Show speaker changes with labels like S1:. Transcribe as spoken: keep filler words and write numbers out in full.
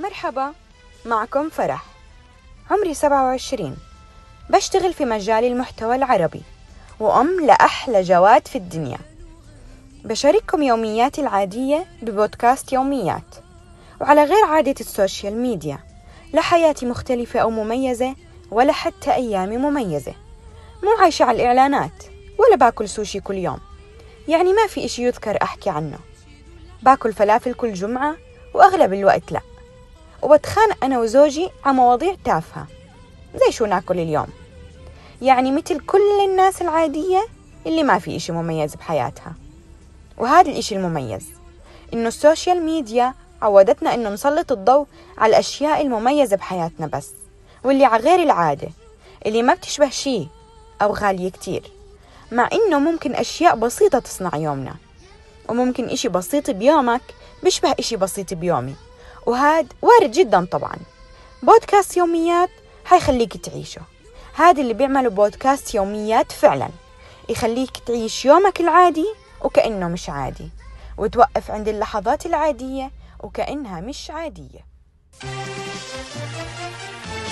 S1: مرحبا، معكم فرح. عمري سبعة وعشرين، بشتغل في مجال المحتوى العربي وأم لأحلى جواد في الدنيا. بشارككم يومياتي العادية ببودكاست يوميات، وعلى غير عادة السوشيال ميديا، لا حياتي مختلفة أو مميزة ولا حتى أيامي مميزة. مو عايشة على الإعلانات ولا باكل سوشي كل يوم، يعني ما في إشي يذكر أحكي عنه. باكل فلافل كل جمعة وأغلب الوقت لا، وبتخانق أنا وزوجي على مواضيع تافهة زي شو ناكل اليوم، يعني مثل كل الناس العادية اللي ما في إشي مميز بحياتها. وهذا الإشي المميز إنه السوشيال ميديا عودتنا إنه نسلط الضوء على الأشياء المميزة بحياتنا بس، واللي على غير العادة، اللي ما بتشبه شيء أو غالية كتير، مع إنه ممكن أشياء بسيطة تصنع يومنا، وممكن إشي بسيط بيومك بيشبه إشي بسيط بيومي، وهذا وارد جدا. طبعا بودكاست يوميات حيخليك تعيشه. هذا اللي بيعمله بودكاست يوميات فعلا يخليك تعيش يومك العادي وكأنه مش عادي، وتوقف عند اللحظات العادية وكأنها مش عادية.